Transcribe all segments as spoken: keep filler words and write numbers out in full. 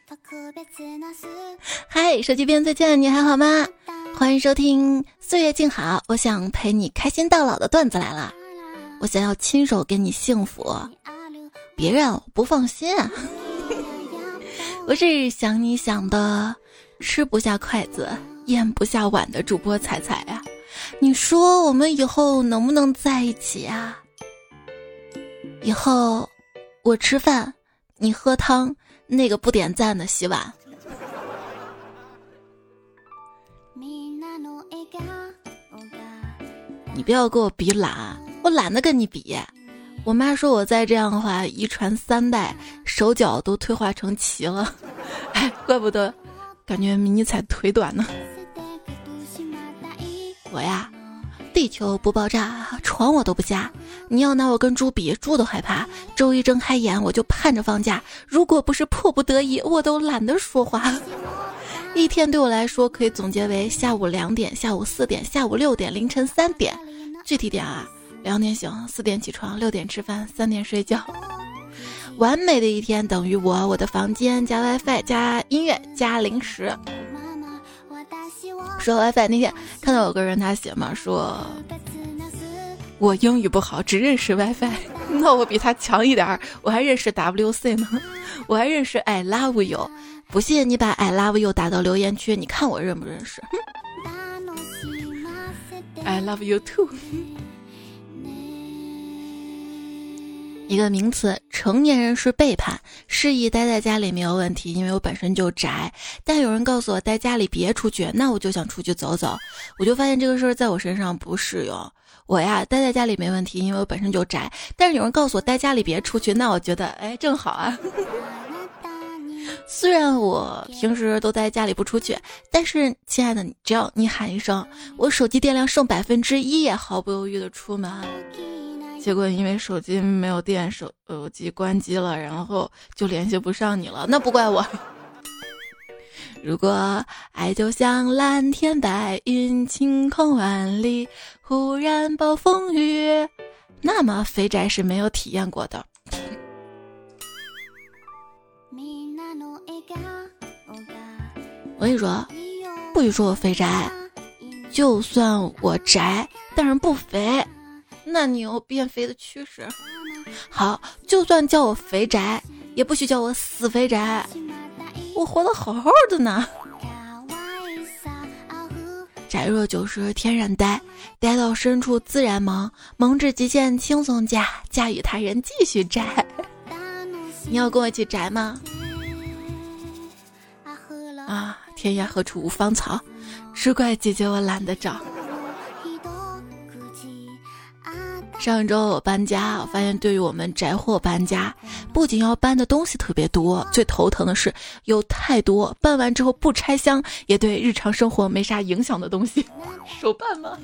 嗨，手机边再见，你还好吗？欢迎收听岁月静好，我想陪你开心到老的段子来了。我想要亲手给你幸福，别让我不放心啊！我是想你想的吃不下筷子咽不下碗的主播彩彩啊，你说我们以后能不能在一起啊？以后我吃饭你喝汤，那个不点赞的洗碗。你不要跟我比懒，我懒得跟你比。我妈说我再这样的话，遗传三代，手脚都退化成齐了。哎，怪不得感觉迷你彩腿短呢。我呀，地球不爆炸，床我都不下。你要拿我跟猪比，猪都害怕。周一睁开眼我就盼着放假，如果不是迫不得已，我都懒得说话。一天对我来说可以总结为下午两点、下午四点、下午六点、凌晨三点。具体点啊，两点醒，四点起床，六点吃饭，三点睡觉。完美的一天等于我我的房间加 WiFi 加音乐加零食。说 WiFi 那天看到有个人他写嘛，说我英语不好，只认识 WiFi， 那我比他强一点，我还认识 W C 呢，我还认识 I love you。 不信你把 I love you 打到留言区，你看我认不认识。I love you too。 一个名词，成年人是背叛，示意待在家里没有问题，因为我本身就宅。但有人告诉我待家里别出去，那我就想出去走走，我就发现这个事儿在我身上不适用。我呀待在家里没问题，因为我本身就宅。但是有人告诉我待家里别出去，那我觉得哎正好啊。虽然我平时都在家里不出去，但是亲爱的你，只要你喊一声我手机电量剩百分之一，也毫不犹豫的出门。结果因为手机没有电，手手机关机了，然后就联系不上你了，那不怪我。如果爱就像蓝天白云，晴空万里，忽然暴风雨，那么肥宅是没有体验过的。我跟你说，不许说我肥宅，就算我宅但是不肥，那你有变肥的趋势。好，就算叫我肥宅，也不许叫我死肥宅，我活得好好的呢。宅若九十天然呆，呆到深处自然萌，萌至极限轻松驾，驾驭他人继续宅。你要跟我一起宅吗？啊，天涯何处无芳草，只怪姐姐我懒得找。上一周我搬家，我发现对于我们宅货搬家，不仅要搬的东西特别多，最头疼的是有太多搬完之后不拆箱也对日常生活没啥影响的东西。手办吗？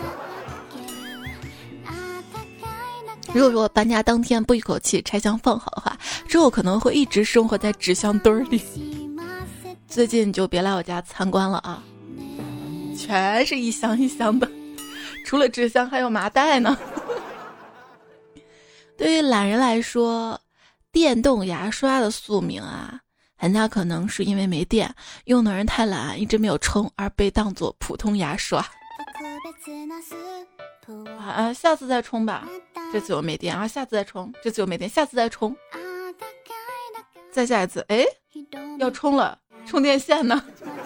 如果说我搬家当天不一口气拆箱放好的话，之后可能会一直生活在纸箱堆里。最近你就别来我家参观了啊，全是一箱一箱的，除了纸箱还有麻袋呢。对于懒人来说，电动牙刷的宿命啊，很大可能是因为没电，用的人太懒，一直没有充，而被当作普通牙刷。啊，下次再充吧，这次我没电啊，下次再充，这次我没电，下次再充，再下一次，哎，要充了，充电线呢？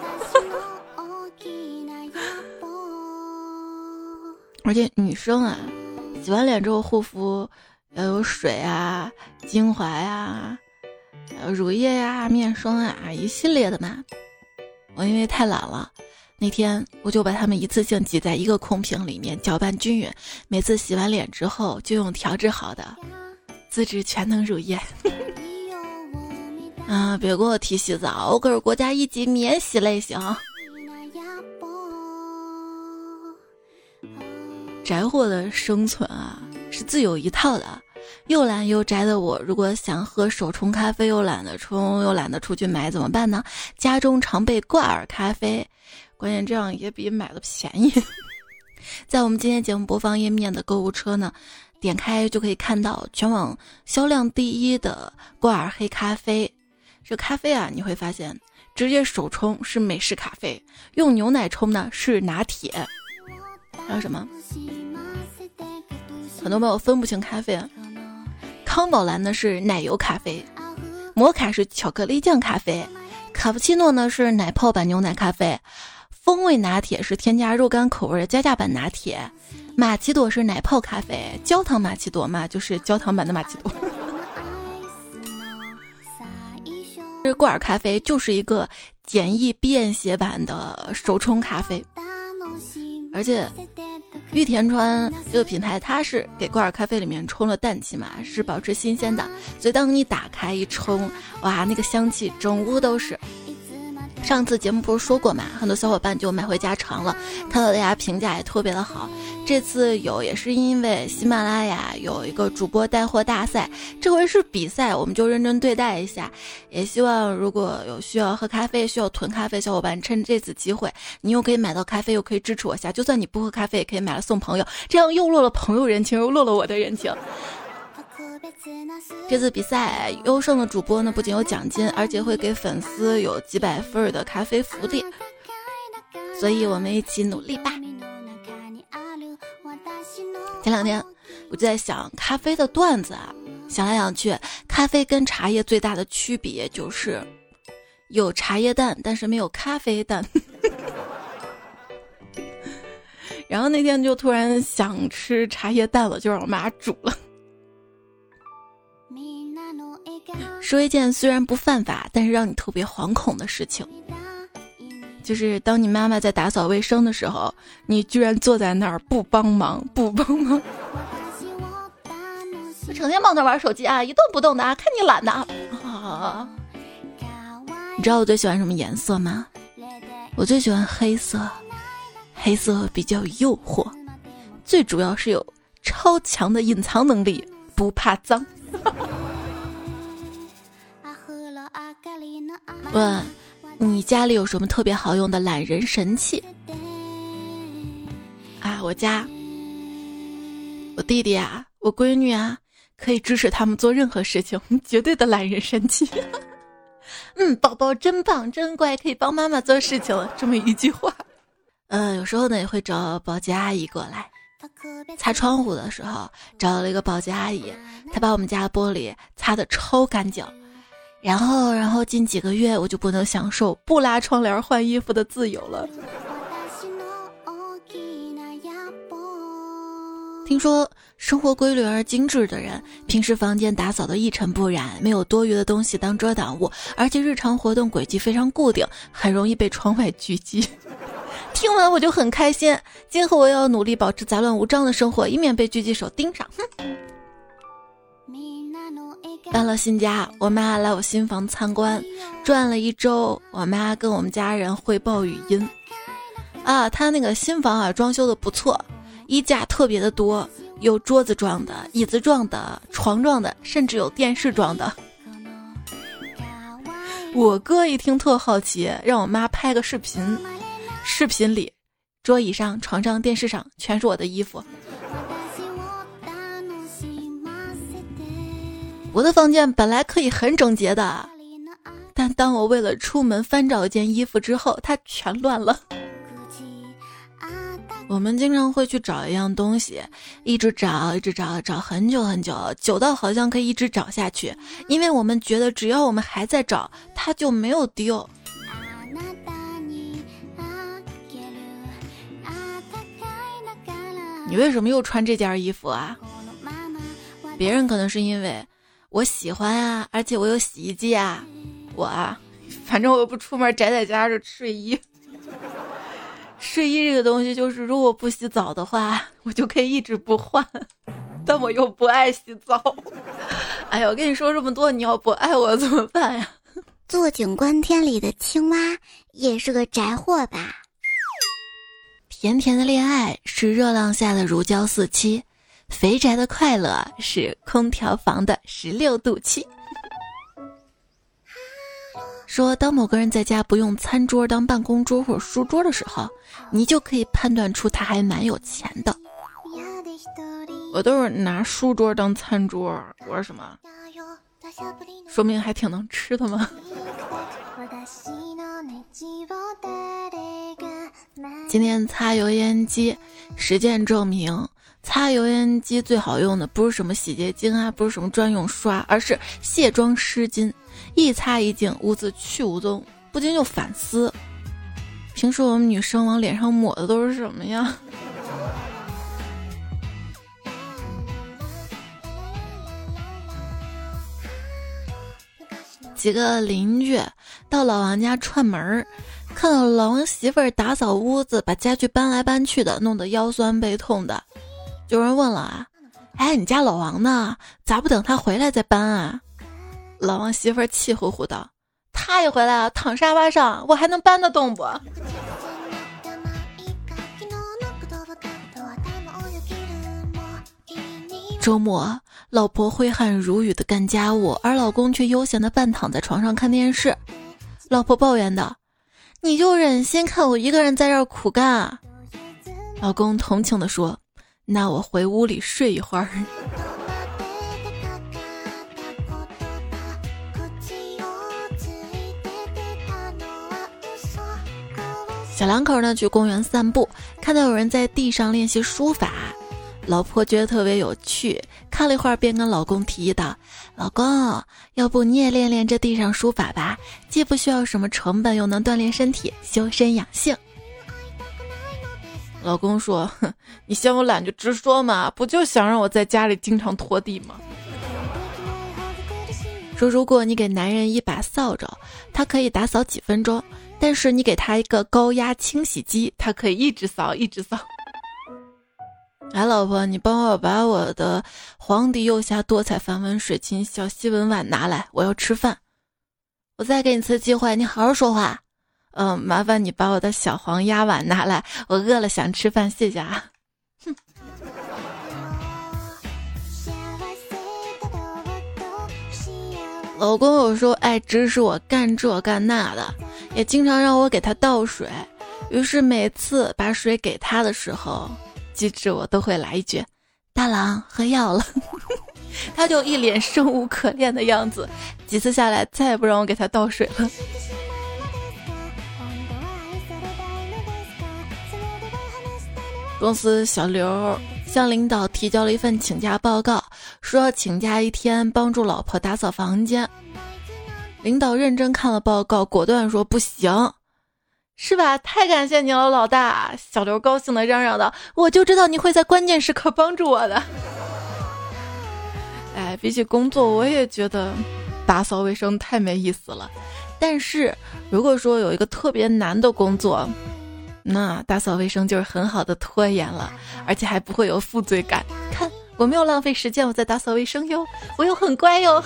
而且女生啊，洗完脸之后护肤要有水啊、精华呀、还有乳液呀、面霜啊，一系列的嘛。我因为太懒了，那天我就把它们一次性挤在一个空瓶里面，搅拌均匀。每次洗完脸之后，就用调制好的自制全能乳液。啊，别给我提洗澡，我可是国家一级免洗类型。宅货的生存啊，是自有一套的。又懒又宅的我，如果想喝手冲咖啡，又懒得冲，又懒得出去买，怎么办呢？家中常备挂耳咖啡，关键这样也比买的便宜。在我们今天节目播放页面的购物车呢，点开就可以看到全网销量第一的挂耳黑咖啡， 这咖啡啊，你会发现直接手冲是美式咖啡，用牛奶冲呢是拿铁。还有什么？很多朋友分不清咖啡啊。康宝蓝呢是奶油咖啡，摩卡是巧克力酱咖啡，卡布奇诺呢是奶泡版牛奶咖啡，风味拿铁是添加肉干口味的加价版拿铁，玛奇朵是奶泡咖啡，焦糖玛奇朵嘛就是焦糖版的玛奇朵。这挂耳咖啡就是一个简易便携版的手冲咖啡，而且玉田川这个品牌它是给挂耳咖啡里面冲了氮气嘛，是保持新鲜的，所以当你打开一冲，哇，那个香气整屋都是。上次节目不是说过嘛，很多小伙伴就买回家尝了，看到大家评价也特别的好。这次有也是因为喜马拉雅有一个主播带货大赛，这回是比赛，我们就认真对待一下。也希望如果有需要喝咖啡需要囤咖啡小伙伴，趁这次机会你又可以买到咖啡又可以支持我一下，就算你不喝咖啡也可以买了送朋友，这样又落了朋友人情又落了我的人情。这次比赛优胜的主播呢，不仅有奖金，而且会给粉丝有几百份的咖啡福利，所以我们一起努力吧。前两天我就在想咖啡的段子啊，想来想去，咖啡跟茶叶最大的区别就是有茶叶蛋，但是没有咖啡蛋。然后那天就突然想吃茶叶蛋了，就让我妈煮了。说一件虽然不犯法，但是让你特别惶恐的事情，就是当你妈妈在打扫卫生的时候，你居然坐在那儿不帮忙不帮忙。我成天抱那玩手机啊，一动不动的啊，看你懒的啊。你知道我最喜欢什么颜色吗？我最喜欢黑色，黑色比较诱惑，最主要是有超强的隐藏能力，不怕脏。问你家里有什么特别好用的懒人神器啊？我家我弟弟啊，我闺女啊，可以支持他们做任何事情，绝对的懒人神器。嗯，宝宝真棒真乖，可以帮妈妈做事情了，这么一句话。呃，有时候呢也会找保洁阿姨过来，擦窗户的时候找了一个保洁阿姨，她把我们家玻璃擦得超干净。然后然后近几个月我就不能享受不拉窗帘换衣服的自由了。听说生活规律而精致的人，平时房间打扫得一尘不染，没有多余的东西当遮挡物，而且日常活动轨迹非常固定，很容易被窗外狙击。听完我就很开心，今后我要努力保持杂乱无章的生活，以免被狙击手盯上。哼。搬了新家，我妈来我新房参观，转了一周，我妈跟我们家人汇报语音啊，她那个新房啊装修的不错，衣架特别的多，有桌子装的、椅子装的、床装的，甚至有电视装的。我哥一听特好奇，让我妈拍个视频，视频里桌椅上、床上、电视上全是我的衣服。我的房间本来可以很整洁的，但当我为了出门翻找一件衣服之后，它全乱了。我们经常会去找一样东西，一直找一直找找很久很久，久到好像可以一直找下去，因为我们觉得只要我们还在找，它就没有丢。你为什么又穿这件衣服啊？别人可能是因为我喜欢啊，而且我有洗衣机啊。我啊，反正我又不出门，宅在家就睡衣。睡衣这个东西就是，如果不洗澡的话，我就可以一直不换。但我又不爱洗澡。哎呀，我跟你说这么多，你要不爱我怎么办呀？ 坐井观天里的青蛙也是个宅货吧？ 甜甜的恋爱是热浪下的如胶似漆。肥宅的快乐是空调房的十六度七。说当某个人在家不用餐桌当办公桌或者书桌的时候，你就可以判断出他还蛮有钱的。我都是拿书桌当餐桌，我说什么？说明还挺能吃的吗？ 今天擦油烟机，实践证明擦油烟机最好用的不是什么洗洁精啊，不是什么专用刷，而是卸妆湿巾，一擦一净，污渍去无踪。不禁就反思，平时我们女生往脸上抹的都是什么呀？几个邻居到老王家串门儿，看到老王媳妇儿打扫屋子，把家具搬来搬去的，弄得腰酸背痛的。有人问了啊，哎，你家老王呢？咋不等他回来再搬啊？老王媳妇儿气呼呼道，他一回来啊，躺沙发上，我还能搬得动不？周末，老婆挥汗如雨的干家务，而老公却悠闲的半躺在床上看电视。老婆抱怨道，你就忍心看我一个人在这儿苦干？老公同情地说，那我回屋里睡一会儿。小两口呢去公园散步，看到有人在地上练习书法，老婆觉得特别有趣，看了一会儿便跟老公提议道，老公，要不你也练练这地上书法吧，既不需要什么成本，又能锻炼身体，修身养性。老公说，哼，你嫌我懒就直说嘛，不就想让我在家里经常拖地吗？说如果你给男人一把扫帚，他可以打扫几分钟，但是你给他一个高压清洗机，他可以一直扫一直扫。哎，老婆，你帮我把我的黄底釉下多彩梵文水晶小细纹碗拿来，我要吃饭。我再给你次机会，你好好说话。嗯，麻烦你把我的小黄鸭碗拿来，我饿了想吃饭，谢谢啊。哼。老公有时候爱指使我干这干那的，也经常让我给他倒水，于是每次把水给他的时候，机智我都会来一句，大郎喝药了。他就一脸生无可恋的样子，几次下来再也不让我给他倒水了。公司小刘向领导提交了一份请假报告，说要请假一天帮助老婆打扫房间。领导认真看了报告，果断说不行。是吧？太感谢你了，老大！小刘高兴地嚷嚷道：“我就知道你会在关键时刻帮助我的。”哎，比起工作，我也觉得打扫卫生太没意思了。但是如果说有一个特别难的工作，那打扫卫生就是很好的拖延了，而且还不会有负罪感。看，我没有浪费时间，我在打扫卫生哟，我又很乖哟。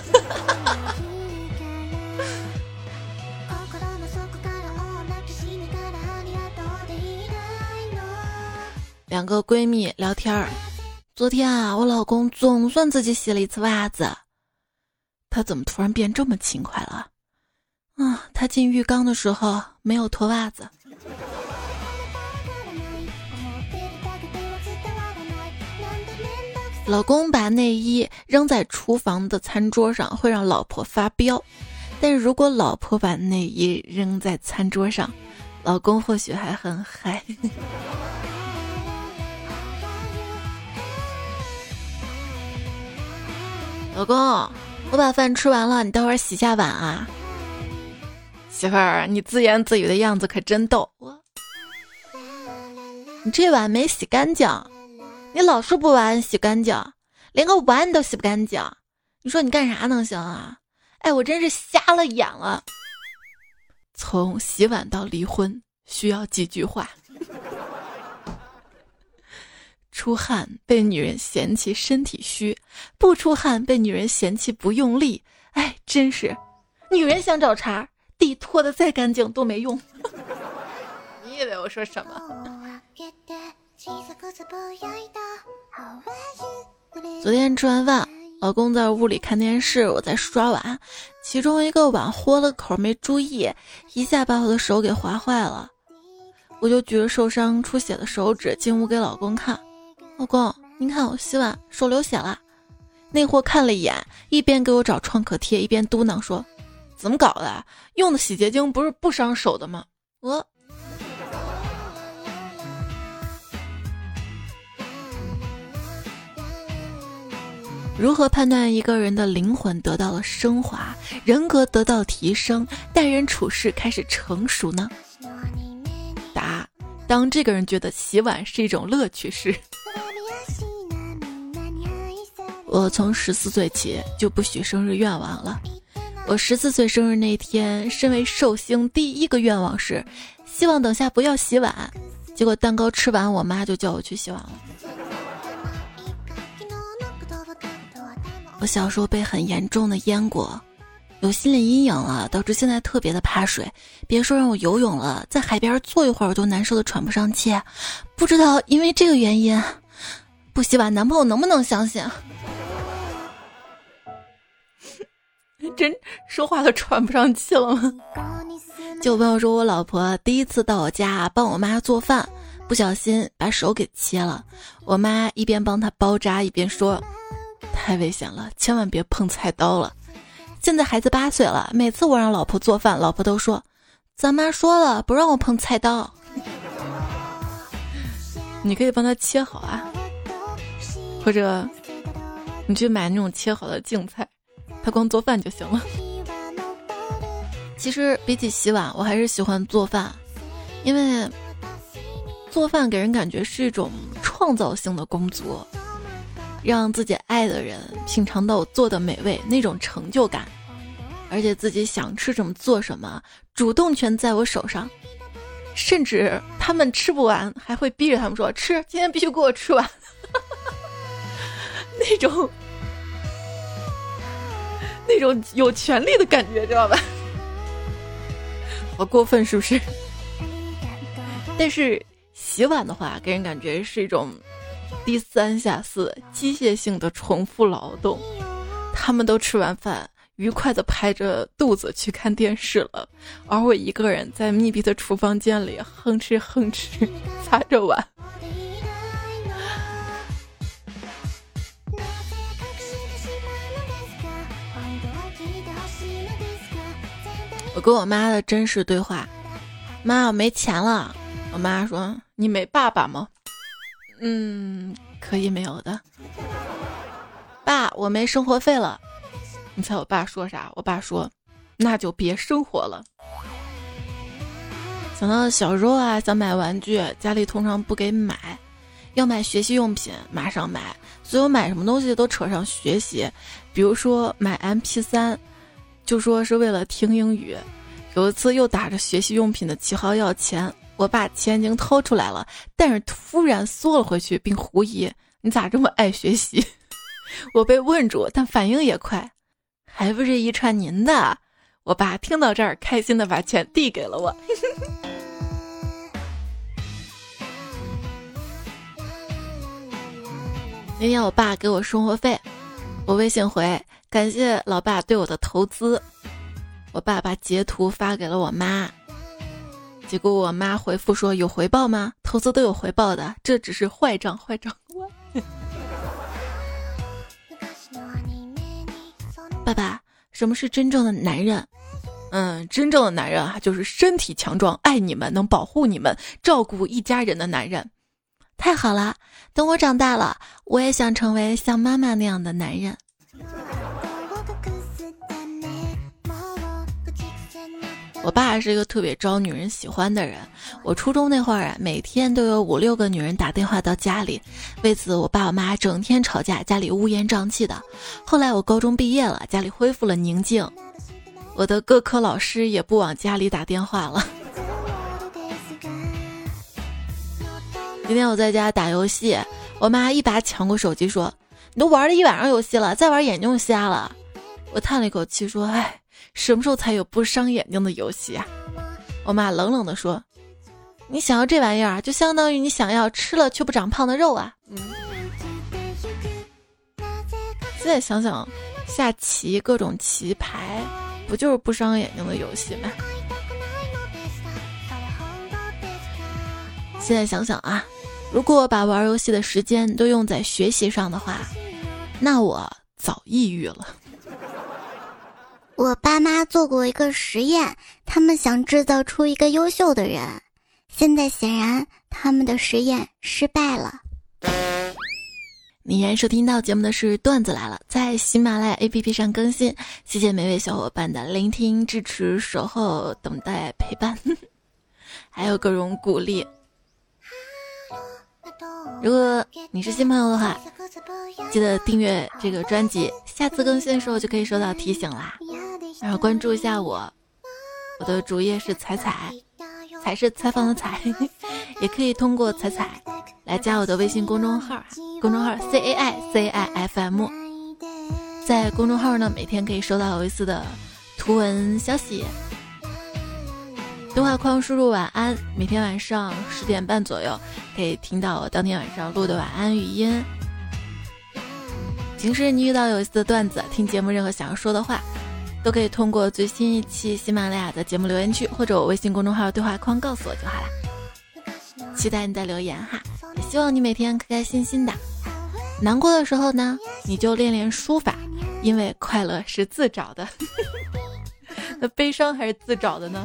两个闺蜜聊天儿，昨天啊，我老公总算自己洗了一次袜子。他怎么突然变这么勤快了？啊，他进浴缸的时候没有脱袜子。老公把内衣扔在厨房的餐桌上会让老婆发飙，但是如果老婆把内衣扔在餐桌上，老公或许还很嗨。老公，我把饭吃完了，你待会儿洗下碗啊。媳妇儿，你自言自语的样子可真逗。我，你这碗没洗干净，你老是不把碗洗干净，连个碗你都洗不干净，你说你干啥能行啊？哎，我真是瞎了眼了。从洗碗到离婚需要几句话。出汗被女人嫌弃身体虚，不出汗被女人嫌弃不用力。哎，真是女人想找茬，地拖得再干净都没用。你以为我说什么？昨天吃完饭，老公在屋里看电视，我在刷碗，其中一个碗豁了口没注意，一下把我的手给划坏了。我就举着受伤出血的手指进屋给老公看，老公，您看我洗碗手流血了。那货看了一眼，一边给我找创可贴，一边嘟囔说，怎么搞的？用的洗洁精不是不伤手的吗？我如何判断一个人的灵魂得到了升华，人格得到提升，待人处事开始成熟呢？答：当这个人觉得洗碗是一种乐趣时。我从十四岁起就不许生日愿望了。我十四岁生日那天，身为寿星第一个愿望是希望等下不要洗碗。结果蛋糕吃完，我妈就叫我去洗碗了。我小时候被很严重的淹过，有心理阴影了，导致现在特别的怕水。别说让我游泳了，在海边坐一会儿我都难受的喘不上气。不知道因为这个原因，不洗碗男朋友能不能相信？真说话都喘不上气了吗？就有朋友说，我老婆第一次到我家帮我妈做饭，不小心把手给切了。我妈一边帮她包扎，一边说：“太危险了，千万别碰菜刀了。”现在孩子八岁了，每次我让老婆做饭，老婆都说：“咱妈说了，不让我碰菜刀。”你可以帮她切好啊，或者你去买那种切好的净菜，她光做饭就行了。其实比起洗碗，我还是喜欢做饭，因为做饭给人感觉是一种创造性的工作，让自己爱的人品尝到我做的美味，那种成就感，而且自己想吃什么做什么，主动权在我手上，甚至他们吃不完还会逼着他们说吃，今天必须给我吃完。那种那种有权利的感觉，知道吧？好过分是不是？但是洗碗的话给人感觉是一种低三下四机械性的重复劳动。他们都吃完饭愉快地拍着肚子去看电视了，而我一个人在密闭的厨房间里哼哧哼哧擦着碗。我跟我妈的真实对话：妈，我没钱了。我妈说：你没爸爸吗？嗯，可以没有的。爸，我没生活费了。你猜我爸说啥？我爸说：那就别生活了。想到小时候啊，想买玩具，家里通常不给买，要买学习用品马上买，所以我买什么东西都扯上学习。比如说买 M P 三，就说是为了听英语。有一次又打着学习用品的旗号要钱，我把钱已经掏出来了，但是突然缩了回去，并狐疑：你咋这么爱学习？我被问住，但反应也快，还不是遗传您的。我爸听到这儿，开心的把钱递给了我。那天我爸给我生活费，我微信回感谢老爸对我的投资。我爸把截图发给了我妈，结果我妈回复说：有回报吗？投资都有回报的，这只是坏账坏账。爸爸，什么是真正的男人？嗯，真正的男人啊，就是身体强壮，爱你们，能保护你们，照顾一家人的男人。太好了，等我长大了，我也想成为像妈妈那样的男人。我爸是一个特别招女人喜欢的人。我初中那会儿啊，每天都有五六个女人打电话到家里，为此我爸我妈整天吵架，家里乌烟瘴气的。后来我高中毕业了，家里恢复了宁静，我的各科老师也不往家里打电话了。今天我在家打游戏，我妈一把抢过手机说：你都玩了一晚上游戏了，再玩眼睛就瞎了。我叹了一口气说：哎，什么时候才有不伤眼睛的游戏啊？我妈冷冷地说：你想要这玩意儿，就相当于你想要吃了却不长胖的肉啊。嗯，现在想想，下棋各种棋牌不就是不伤眼睛的游戏吗？现在想想啊，如果把玩游戏的时间都用在学习上的话，那我早抑郁了。 我爸妈做过一个实验，他们想制造出一个优秀的人，现在显然他们的实验失败了。 你现在收听到节目的是段子来了，在喜马拉雅 A P P 上更新，谢谢每位小伙伴的聆听、支持、守候、等待、陪伴，还有各种鼓励。如果你是新朋友的话，记得订阅这个专辑，下次更新的时候就可以收到提醒啦。然后关注一下我，我的主页是彩彩，彩是采访的彩，也可以通过彩彩来加我的微信公众号，公众号 C A I C I F M， 在公众号呢每天可以收到有意思的图文消息。对话框输入晚安，每天晚上十点半左右可以听到我当天晚上录的晚安语音。平时你遇到有意思的段子，听节目任何想要说的话，都可以通过最新一期喜马拉雅的节目留言区或者我微信公众号对话框告诉我就好了。期待你的留言哈，也希望你每天开开心心的。难过的时候呢，你就练练书法，因为快乐是自找的。那悲伤还是自找的呢？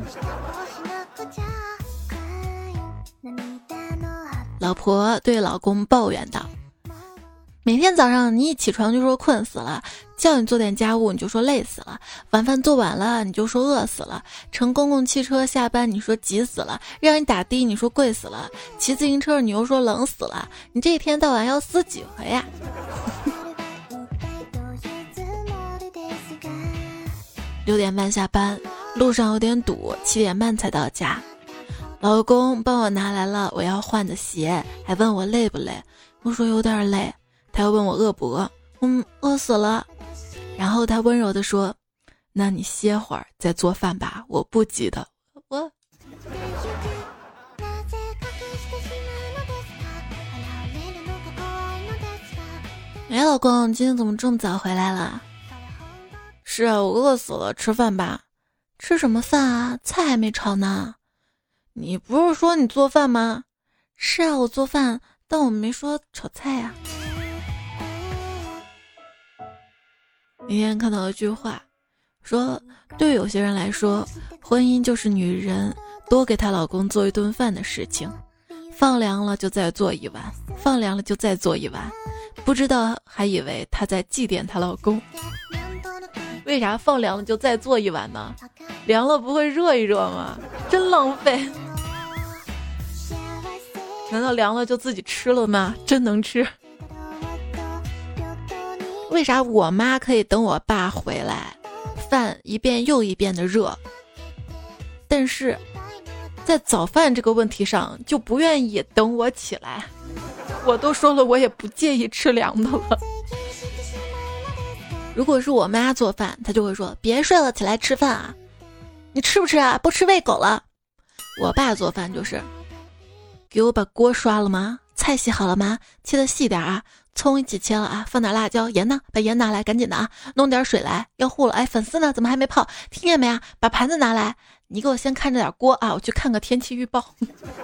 老婆对老公抱怨道，每天早上你一起床就说困死了，叫你做点家务你就说累死了，晚饭做晚了你就说饿死了，乘公共汽车下班你说急死了，让你打的你说贵死了，骑自行车你又说冷死了，你这一天到晚要死几回呀？六点半下班，路上有点堵，七点半才到家。老公帮我拿来了我要换的鞋，还问我累不累，我说有点累。他又问我饿不饿，嗯，饿死了。然后他温柔地说，那你歇会儿再做饭吧，我不急的。我哎，老公，今天怎么这么早回来了？是啊，我饿死了，吃饭吧。吃什么饭啊？菜还没炒呢。你不是说你做饭吗？是啊，我做饭，但我没说炒菜呀。那天看到一句话，说对有些人来说，婚姻就是女人多给她老公做一顿饭的事情，放凉了就再做一碗，放凉了就再做一碗，不知道还以为她在祭奠她老公。为啥放凉了就再做一碗呢？凉了不会热一热吗？真浪费。难道凉了就自己吃了吗？真能吃。为啥我妈可以等我爸回来，饭一遍又一遍的热，但是在早饭这个问题上就不愿意等我起来？我都说了我也不介意吃凉的了。如果是我妈做饭，她就会说别睡了，起来吃饭啊，你吃不吃啊？不吃喂狗了。我爸做饭就是给我把锅刷了吗？菜洗好了吗？切的细点啊，葱一起切了啊，放点辣椒，盐呢？把盐拿来，赶紧的啊，弄点水来，要糊了。哎，粉丝呢？怎么还没泡？听见没啊？把盘子拿来，你给我先看着点锅啊，我去看个天气预报。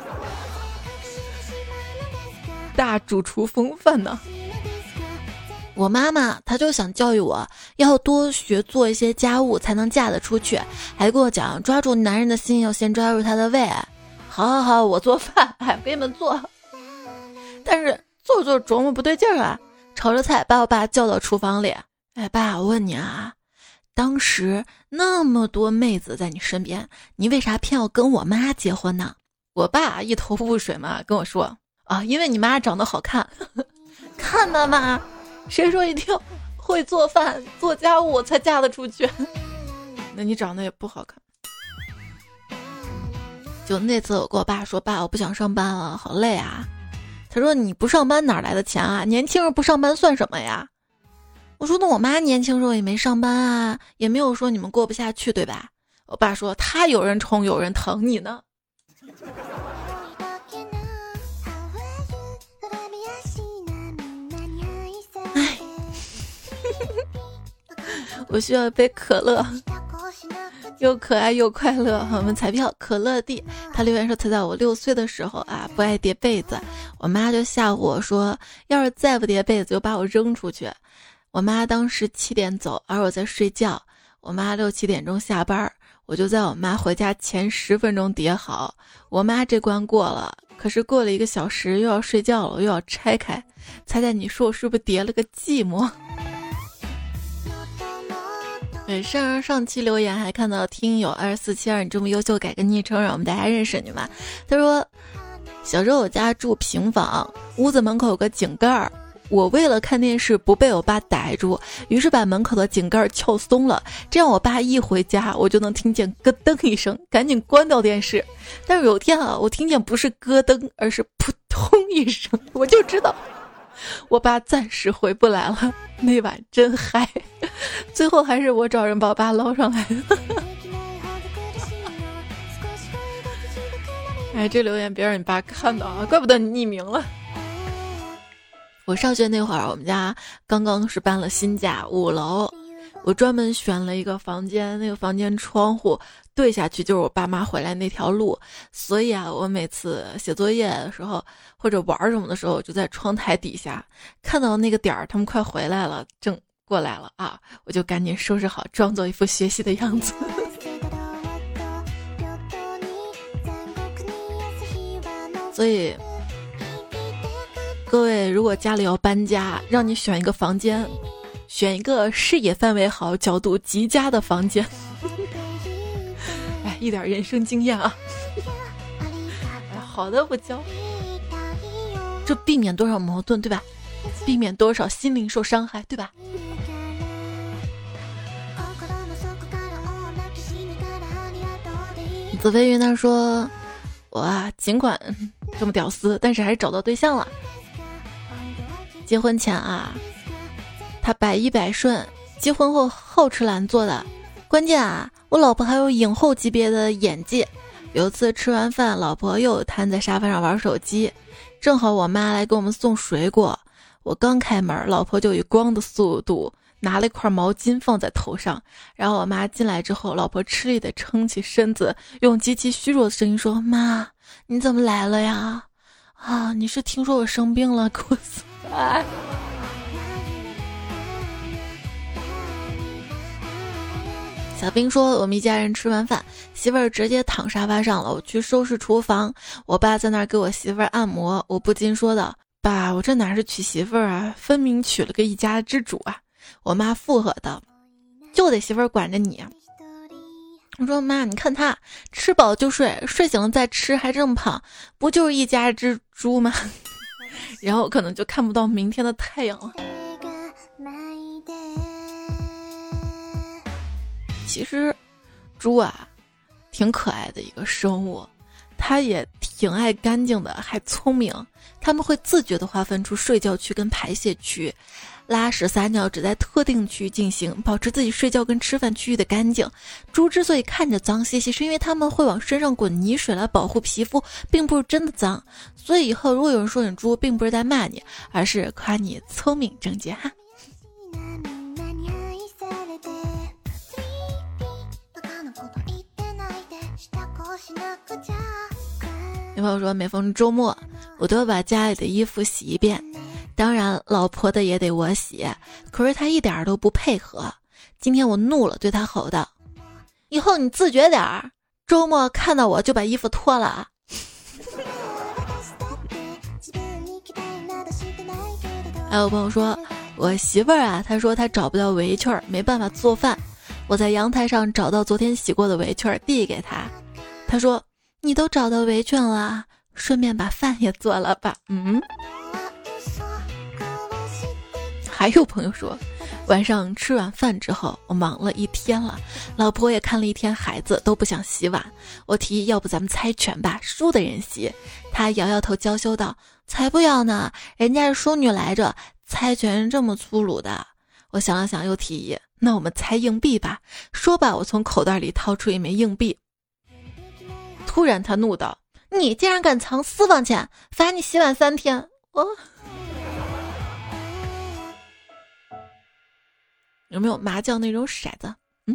大主厨风范呢。我妈妈她就想教育我要多学做一些家务才能嫁得出去，还跟我讲抓住男人的心要先抓住他的胃。好好好，我做饭，哎，我给你们做。但是做着做着琢磨不对劲儿啊，炒着菜把我爸叫到厨房里，哎，爸，我问你啊，当时那么多妹子在你身边，你为啥偏要跟我妈结婚呢？我爸一头雾水嘛，跟我说啊，因为你妈长得好看。看吧妈，谁说一定会做饭做家务才嫁得出去？那你长得也不好看。就那次我跟我爸说，爸，我不想上班了，好累啊。他说你不上班哪来的钱啊？年轻人不上班算什么呀？我说那我妈年轻时候也没上班啊，也没有说你们过不下去对吧？我爸说他有人宠有人疼，你呢？哎，我需要一杯可乐，又可爱又快乐。我们彩票可乐蒂他留言说，他在我六岁的时候啊不爱叠被子，我妈就吓唬我说要是再不叠被子就把我扔出去。我妈当时七点走，而我在睡觉，我妈六七点钟下班，我就在我妈回家前十分钟叠好。我妈这关过了， 可是过了一个小时又要睡觉了，又要拆开，猜猜你说我是不是叠了个寂寞？对，上上期留言还看到听友二四七二，你这么优秀，改个昵称让我们大家认识你嘛。他说小时候我家住平房，屋子门口有个井盖儿，我为了看电视不被我爸逮住，于是把门口的井盖撬松了，这样我爸一回家我就能听见咯噔一声，赶紧关掉电视。但是有天啊，我听见不是咯噔，而是扑通一声，我就知道我爸暂时回不来了。那晚真嗨，最后还是我找人把我爸捞上来的。哎，这留言别让你爸看到啊，怪不得你匿名了。我上学那会儿，我们家刚刚是搬了新家，五楼，我专门选了一个房间，那个房间窗户对下去就是我爸妈回来那条路，所以啊，我每次写作业的时候或者玩什么的时候，我就在窗台底下看到那个点儿，他们快回来了，正过来了啊，我就赶紧收拾好，装作一副学习的样子。所以各位，如果家里要搬家，让你选一个房间，选一个视野范围好、角度极佳的房间。哎，一点人生经验啊！哎，好的不教，这避免多少矛盾，对吧？避免多少心灵受伤害，对吧？紫飞云他说：“我啊，尽管这么屌丝，但是还是找到对象了。结婚前啊，他百依百顺，结婚后好吃懒做的。关键啊，我老婆还有影后级别的演技。有一次吃完饭，老婆又瘫在沙发上玩手机，正好我妈来给我们送水果。我刚开门，老婆就以光的速度拿了一块毛巾放在头上，然后我妈进来之后，老婆吃力地撑起身子，用极其虚弱的声音说：妈，你怎么来了呀？啊，你是听说我生病了，给我送来。小兵说，我们一家人吃完饭，媳妇儿直接躺沙发上了，我去收拾厨房，我爸在那儿给我媳妇儿按摩，我不禁说道：爸，我这哪是娶媳妇儿啊，分明娶了个一家之主啊。我妈附和道：就得媳妇儿管着你。我说妈，你看他吃饱就睡，睡醒了再吃，还这么胖，不就是一家之主吗？然后可能就看不到明天的太阳了。其实猪啊挺可爱的一个生物，它也挺爱干净的，还聪明。它们会自觉地划分出睡觉区跟排泄区，拉屎撒尿只在特定区域进行，保持自己睡觉跟吃饭区域的干净。猪之所以看着脏兮兮，是因为它们会往身上滚泥水来保护皮肤，并不是真的脏。所以以后如果有人说你猪，并不是在骂你，而是夸你聪明正洁哈。有朋友说，每逢周末我都要把家里的衣服洗一遍，当然老婆的也得我洗，可是他一点都不配合。今天我怒了，对他吼道：以后你自觉点儿，周末看到我就把衣服脱了啊。还有朋友说，我媳妇儿啊，她说她找不到围裙儿，没办法做饭，我在阳台上找到昨天洗过的围裙儿，递给她，她说你都找到围裙了，顺便把饭也做了吧。嗯，还有朋友说，晚上吃完饭之后，我忙了一天了，老婆也看了一天孩子，都不想洗碗。我提议要不咱们猜拳吧，输的人洗。他摇摇头娇羞道：才不要呢，人家是淑女来着，猜拳这么粗鲁的。我想了想又提议，那我们猜硬币吧。说吧，我从口袋里掏出一枚硬币。突然他怒道：你竟然敢藏私房钱，罚你洗碗三天。我、哦、有没有麻将那种骰子？嗯，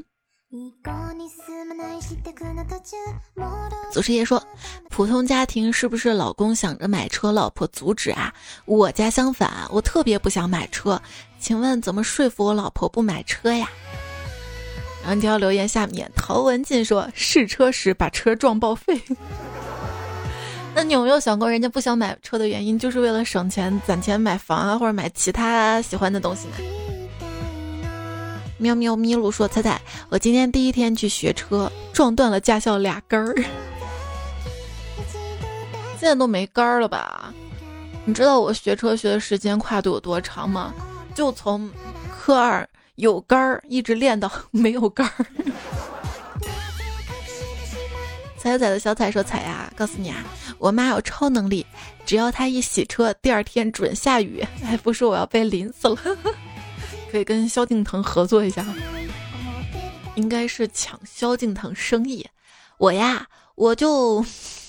祖师爷说，普通家庭是不是老公想着买车，老婆阻止啊？我家相反，我特别不想买车，请问怎么说服我老婆不买车呀？然后这条留言下面陶文静说，试车时把车撞报废。 那你有没有想过，人家不想买车的原因，就是为了省钱、攒钱买房啊，或者买其他喜欢的东西呢？喵喵咪路说：“彩彩，我今天第一天去学车，撞断了驾校俩根儿，现在都没杆儿了吧？你知道我学车学的时间跨度有多长吗？就从科二有杆儿一直练到没有杆儿。”彩彩的小彩说：“彩呀，告诉你啊，我妈有超能力，只要她一洗车，第二天准下雨，还不说我要被淋死了。”可以跟萧敬腾合作一下，应该是抢萧敬腾生意。我呀，我就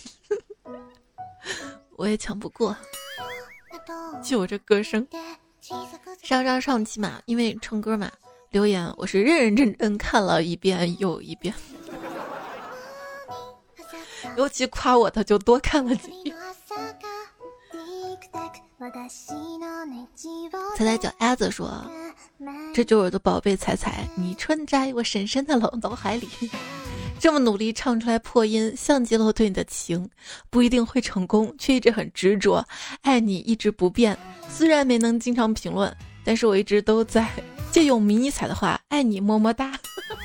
我也抢不过，就我这歌声。上上上期嘛，因为唱歌嘛，留言我是认认真真看了一遍又一遍，尤其夸我的就多看了几遍。彩彩叫鸭子说：“这就是我的宝贝彩彩，你穿在我深深的脑海里。这么努力唱出来破音，像极了我对你的情。不一定会成功，却一直很执着，爱你一直不变。虽然没能经常评论，但是我一直都在。借用迷你彩的话，爱你么么哒。”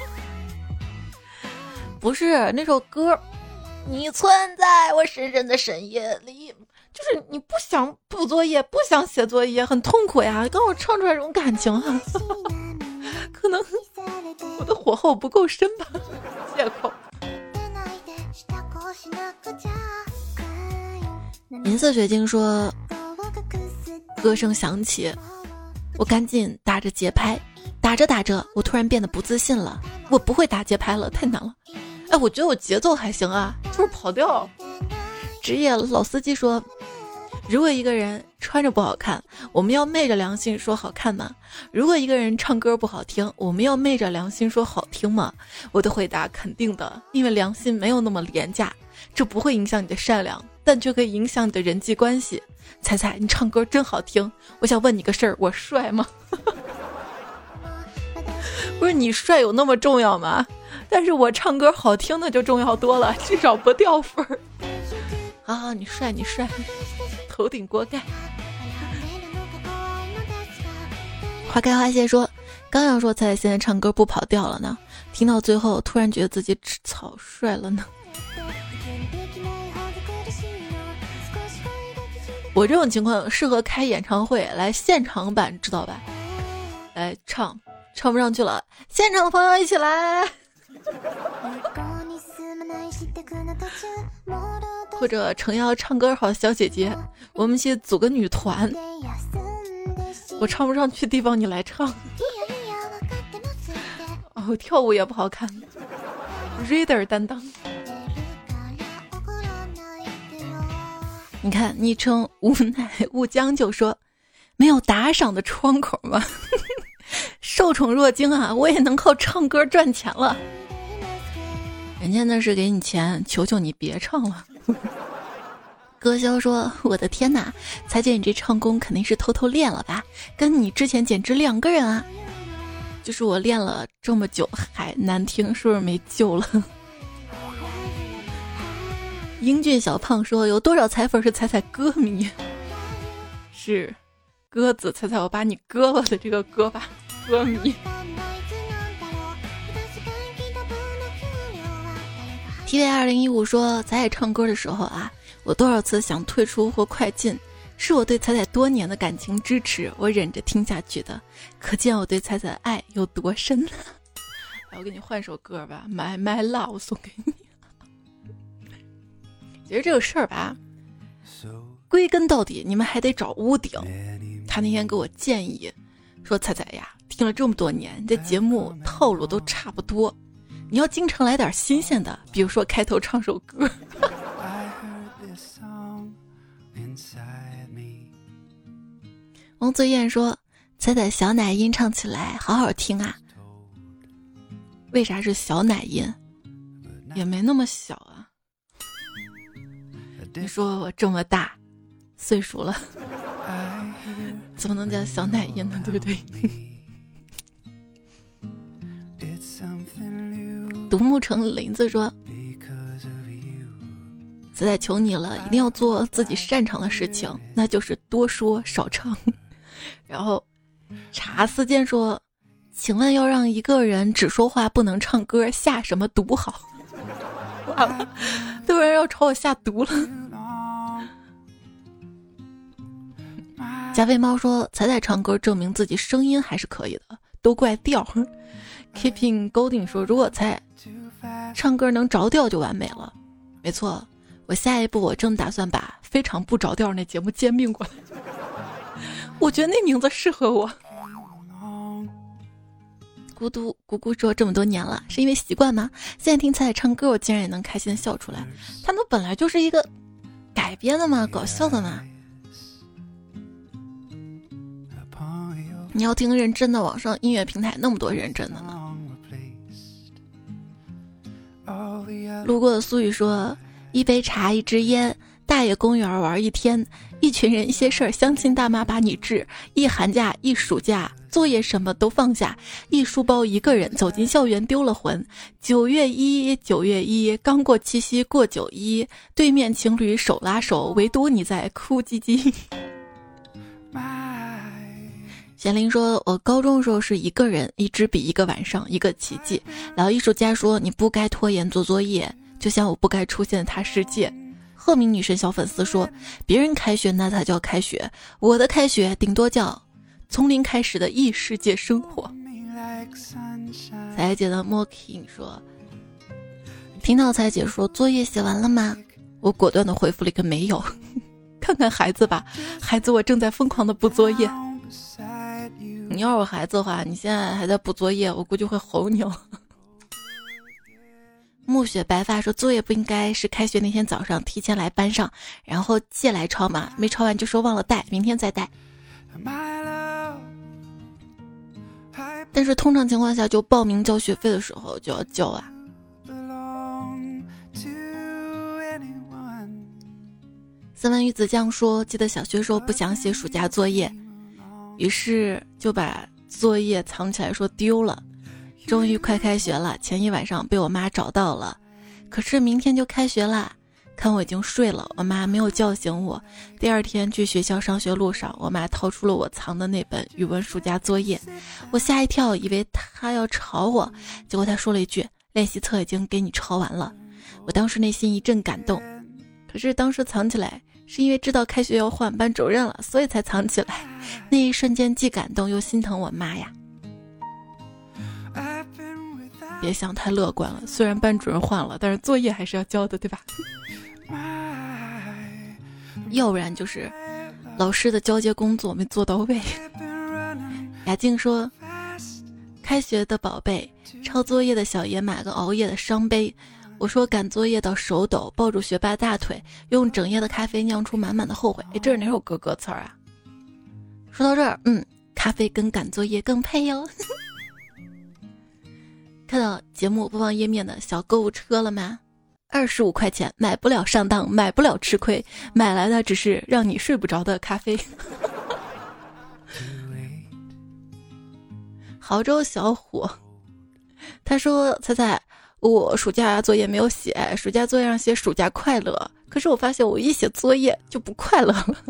不是那首歌，你存在我深深的深夜里。就是你不想补作业，不想写作业，很痛苦呀，跟我唱出来这种感情啊。可能我的火候不够深吧，借口。银色水晶说，歌声响起，我赶紧打着节拍，打着打着我突然变得不自信了，我不会打节拍了，太难了。哎，我觉得我节奏还行啊，就是跑调。职业老司机说，如果一个人穿着不好看，我们要昧着良心说好看吗？如果一个人唱歌不好听，我们要昧着良心说好听吗？我的回答肯定的，因为良心没有那么廉价，这不会影响你的善良，但却可以影响你的人际关系。彩彩，你唱歌真好听，我想问你个事儿，我帅吗？不是你帅有那么重要吗？但是我唱歌好听的就重要多了，至少不掉分儿。好好，你帅你帅，头顶锅盖。花开花谢说，刚要说彩彩现在唱歌不跑调了呢，听到最后突然觉得自己草率了呢。我这种情况适合开演唱会来现场版，知道吧？来唱，唱不上去了，现场的朋友一起来。或者诚要唱歌好小姐姐，我们一起组个女团，我唱不上去地方你来唱。哦，跳舞也不好看 Reader 担当。你看昵称无奈勿将就说，没有打赏的窗口吗？受宠若惊啊，我也能靠唱歌赚钱了。人家那是给你钱，求求你别唱了。歌潇说，我的天哪，彩姐你这唱功肯定是偷偷练了吧，跟你之前简直两个人啊。就是我练了这么久还难听，是不是没救了？英俊小胖说，有多少彩粉是彩彩歌迷？是鸽子彩彩我把你割了的这个歌吧，歌迷。T V 二零一五说，彩彩唱歌的时候啊，我多少次想退出或快进，是我对彩彩多年的感情支持，我忍着听下去的，可见我对彩彩的爱有多深。来，我给你换首歌吧， My My Love 送给你。其实这个事儿吧，归根到底你们还得找屋顶。他那天给我建议说，彩彩呀，听了这么多年，你这节目套路都差不多，你要经常来点新鲜的，比如说开头唱首歌。王醉燕说，彩彩小奶音唱起来好好听啊。为啥是小奶音？也没那么小啊。你说我这么大岁数了，怎么能叫小奶音呢？对不对？独木城林子说， 仔仔求你了，一定要做自己擅长的事情，那就是多说少唱。然后查思健说，请问要让一个人只说话不能唱歌，下什么毒好？完了，都有人要朝我下毒了。加菲猫说，彩彩唱歌证明自己声音还是可以的，都怪调。Keeping Golding 说，如果彩唱歌能着调就完美了。没错，我下一步我正打算把非常不着调那节目兼并过来。我觉得那名字适合我。咕嘟咕咕说，这么多年了，是因为习惯吗？现在听彩彩唱歌，我竟然也能开心笑出来。他们本来就是一个改编的嘛，搞笑的嘛。你要听认真的，网上音乐平台那么多认真的呢。路过的苏雨说，一杯茶一支烟，大爷公园玩一天，一群人一些事儿，相亲大妈把你治，一寒假一暑假，作业什么都放下，一书包一个人走进校园丢了魂。九月一九月一，刚过七夕过九一，对面情侣手拉手，唯独你在哭唧唧。贤玲说，我高中的时候是一个人，一支笔一个晚上，一个奇迹。老艺术家说，你不该拖延做作业，就像我不该出现他世界。赫敏女神小粉丝说，别人开学那才叫开学，我的开学顶多叫从零开始的异世界生活。彩姐的 Moki 说，听到彩姐说作业写完了吗？我果断的回复了一个没有。看看孩子吧，孩子我正在疯狂的补作业。你要是我孩子的话，你现在还在补作业，我估计会吼你了。暮雪白发说，作业不应该是开学那天早上提前来班上，然后借来抄嘛，没抄完就说忘了带，明天再带。但是通常情况下，就报名交学费的时候就要交啊。三文鱼子酱说，记得小学时候不想写暑假作业，于是就把作业藏起来说丢了。终于快开学了，前一晚上被我妈找到了，可是明天就开学啦。看我已经睡了，我妈没有叫醒我。第二天去学校上学路上，我妈掏出了我藏的那本语文暑假作业，我吓一跳，以为她要吵我，结果她说了一句，练习册已经给你抄完了。我当时内心一阵感动，可是当时藏起来是因为知道开学要换班主任了，所以才藏起来。那一瞬间既感动又心疼我妈呀。别想太乐观了，虽然班主任换了，但是作业还是要交的，对吧？要不然就是老师的交接工作没做到位。雅静说，开学的宝贝，抄作业的小野马跟熬夜的伤悲。我说赶作业到手抖，抱住学霸大腿，用整夜的咖啡酿出满满的后悔。哎，这是哪首歌歌词啊？说到这儿，嗯，咖啡跟赶作业更配哟。看到节目播放页面的小购物车了吗？二十五块钱买不了上当，买不了吃亏，买来的只是让你睡不着的咖啡。杭州小虎他说，彩彩，我暑假作业没有写，暑假作业上写暑假快乐，可是我发现我一写作业就不快乐了。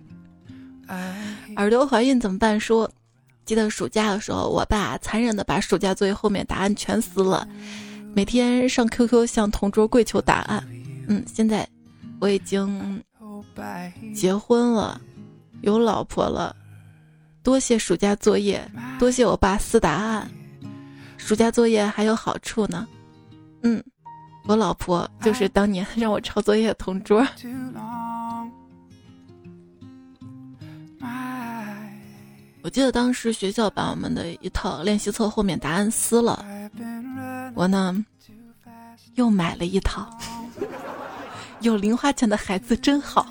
耳朵怀孕怎么办说，记得暑假的时候，我爸残忍的把暑假作业后面答案全撕了，每天上 Q Q 向同桌跪求答案。嗯，现在我已经结婚了，有老婆了，多谢暑假作业，多谢我爸撕答案。暑假作业还有好处呢，嗯，我老婆就是当年让我抄作业的同桌。我记得当时学校把我们的一套练习册后面答案撕了，我呢又买了一套。有零花钱的孩子真好。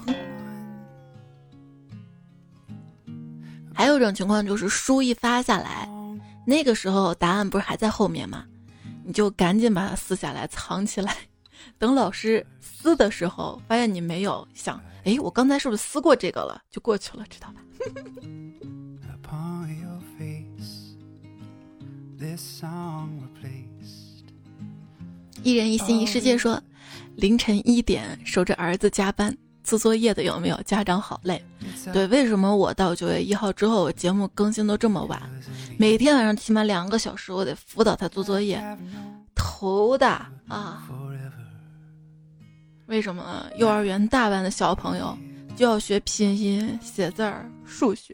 还有一种情况就是书一发下来，那个时候答案不是还在后面吗？你就赶紧把它撕下来藏起来，等老师撕的时候发现你没有，想诶我刚才是不是撕过这个了，就过去了，知道吧？一人一心一世界说， 凌晨一点守着儿子加班做作业的有没有？家长好累。对，为什么我到九月一号之后我节目更新都这么晚？每天晚上起码两个小时，我得辅导他做作业，头大啊！为什么幼儿园大班的小朋友就要学拼音、写字儿、数学？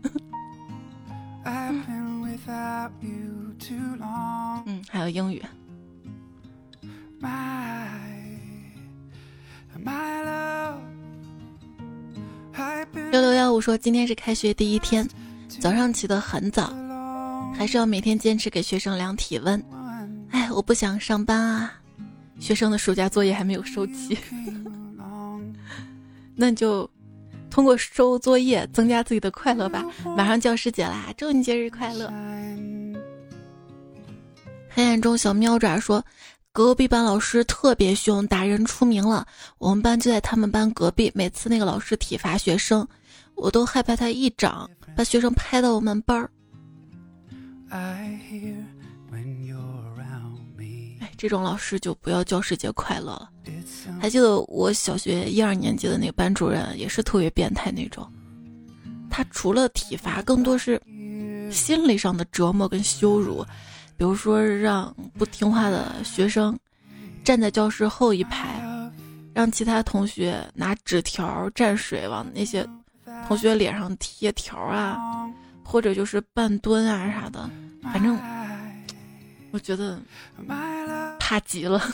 嗯，还有英语。六六幺五说今天是开学第一天，早上起得很早，还是要每天坚持给学生量体温。哎，我不想上班啊，学生的暑假作业还没有收齐。那你就通过收作业增加自己的快乐吧。马上教师节啦，祝你节日快乐。黑暗中小喵爪说隔壁班老师特别凶，打人出名了，我们班就在他们班隔壁，每次那个老师体罚学生，我都害怕他一掌把学生拍到我们班儿。哎，这种老师就不要教师节快乐了。还记得我小学一二年级的那个班主任也是特别变态那种，他除了体罚更多是心理上的折磨跟羞辱，比如说让不听话的学生站在教室后一排，让其他同学拿纸条蘸水往那些同学脸上贴条啊，或者就是半蹲啊啥的，反正我觉得怕极了。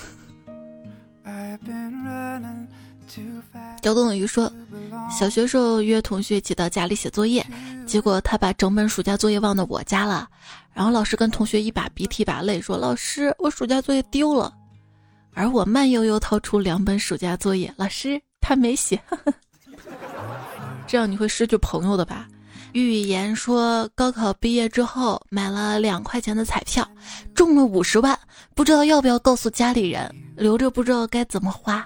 姚冬雨说小学时候约同学一起到家里写作业，结果他把整本暑假作业忘到我家了，然后老师跟同学一把鼻涕一把泪说老师我暑假作业丢了，而我慢悠悠掏出两本暑假作业，老师他没写。这样你会失去朋友的吧。玉言说高考毕业之后买了两块钱的彩票中了五十万，不知道要不要告诉家里人，留着不知道该怎么花。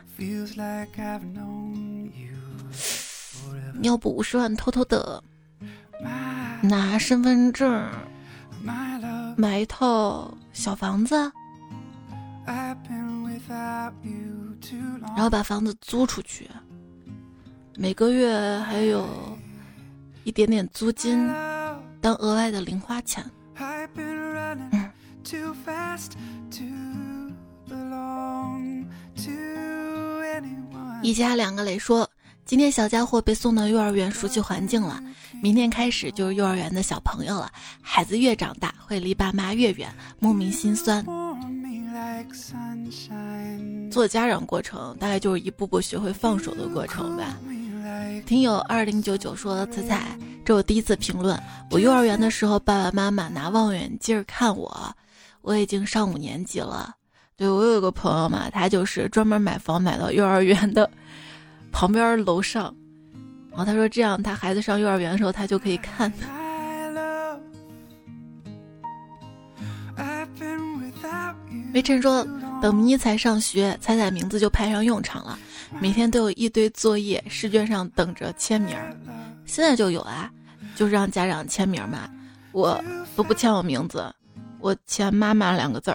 要不五十万偷偷的拿身份证买一套小房子，然后把房子租出去，每个月还有一点点租金当额外的零花钱。嗯，一家两个磊说今天小家伙被送到幼儿园熟悉环境了，明天开始就是幼儿园的小朋友了，孩子越长大会离爸妈越远，莫名心酸。做家长过程大概就是一步步学会放手的过程吧。听友二零九九说彩彩，这我第一次评论，我幼儿园的时候爸爸妈妈拿望远镜看我，我已经上五年级了。对，我有个朋友嘛，他就是专门买房买到幼儿园的旁边楼上，然后他说这样他孩子上幼儿园的时候他就可以看。微晨说等迷彩上学，彩彩名字就派上用场了，每天都有一堆作业，试卷上等着签名。现在就有啊，就是让家长签名嘛，我都不签我名字，我签妈妈两个字儿。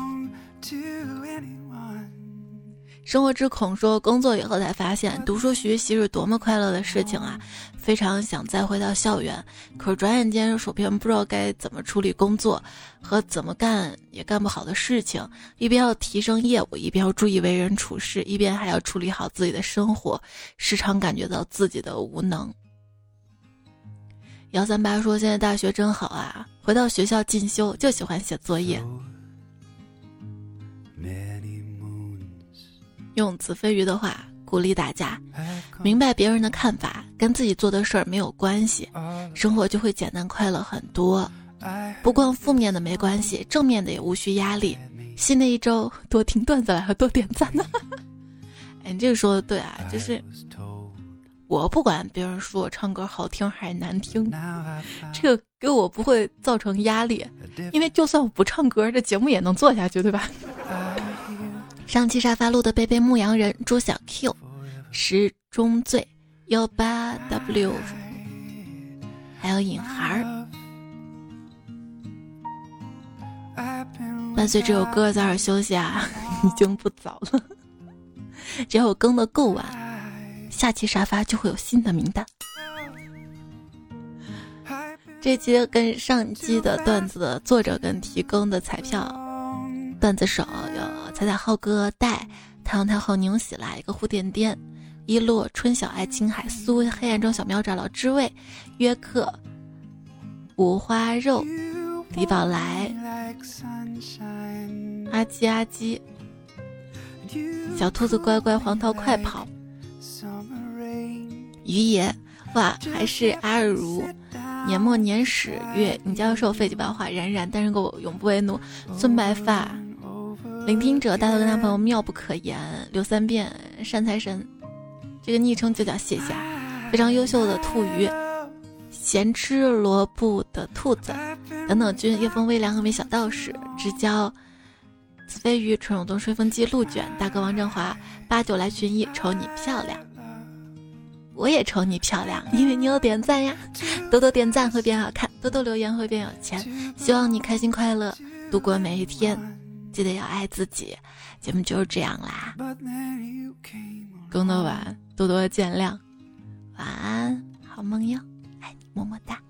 生活之恐说工作以后才发现读书学习是多么快乐的事情啊，非常想再回到校园，可是转眼间手边不知道该怎么处理工作和怎么干也干不好的事情，一边要提升业务，一边要注意为人处事，一边还要处理好自己的生活，时常感觉到自己的无能。幺三八说现在大学真好啊，回到学校进修就喜欢写作业。用子非鱼的话鼓励大家，明白别人的看法跟自己做的事儿没有关系，生活就会简单快乐很多。不光负面的没关系，正面的也无需压力。新的一周多听段子来和多点赞呢。哎，你这个说的对啊，就是我不管别人说我唱歌好听还是难听，这个给我不会造成压力，因为就算我不唱歌，这节目也能做下去，对吧？上期沙发路的贝贝牧羊人朱小 Q 时钟醉幺八 W 还有隐孩伴随这首歌早点休息啊，已经不早了。 只要我更的够晚，下期沙发就会有新的名单。这期跟上一期的段子的作者跟提供的彩票段子手有彩彩浩哥、戴太阳太后、宁喜来一个蝴蝶店、一落、春小爱、青海、苏黑暗中小喵找老知味、约克、五花肉、李宝来、阿基阿基、小兔子乖乖、黄桃快跑、于爷，哇，还是阿尔如、年末年始月，你教授废几白话，冉冉单身狗永不为奴，孙白发、聆听者大头跟男朋友妙不可言，刘三遍、善财神，这个昵称就叫谢谢，非常优秀的兔鱼，咸吃萝卜的兔子等等君、叶风微凉和美小道士、直交、子飞鱼、纯永东、吹风机、鹿卷、大哥王振华、八九来群艺，瞅你漂亮，我也瞅你漂亮，因为你有点赞呀，多多点赞会变好看，多多留言会变有钱，希望你开心快乐度过每一天，记得要爱自己。节目就是这样啦，更的晚多多见谅，晚安，好梦哟，爱你么么哒。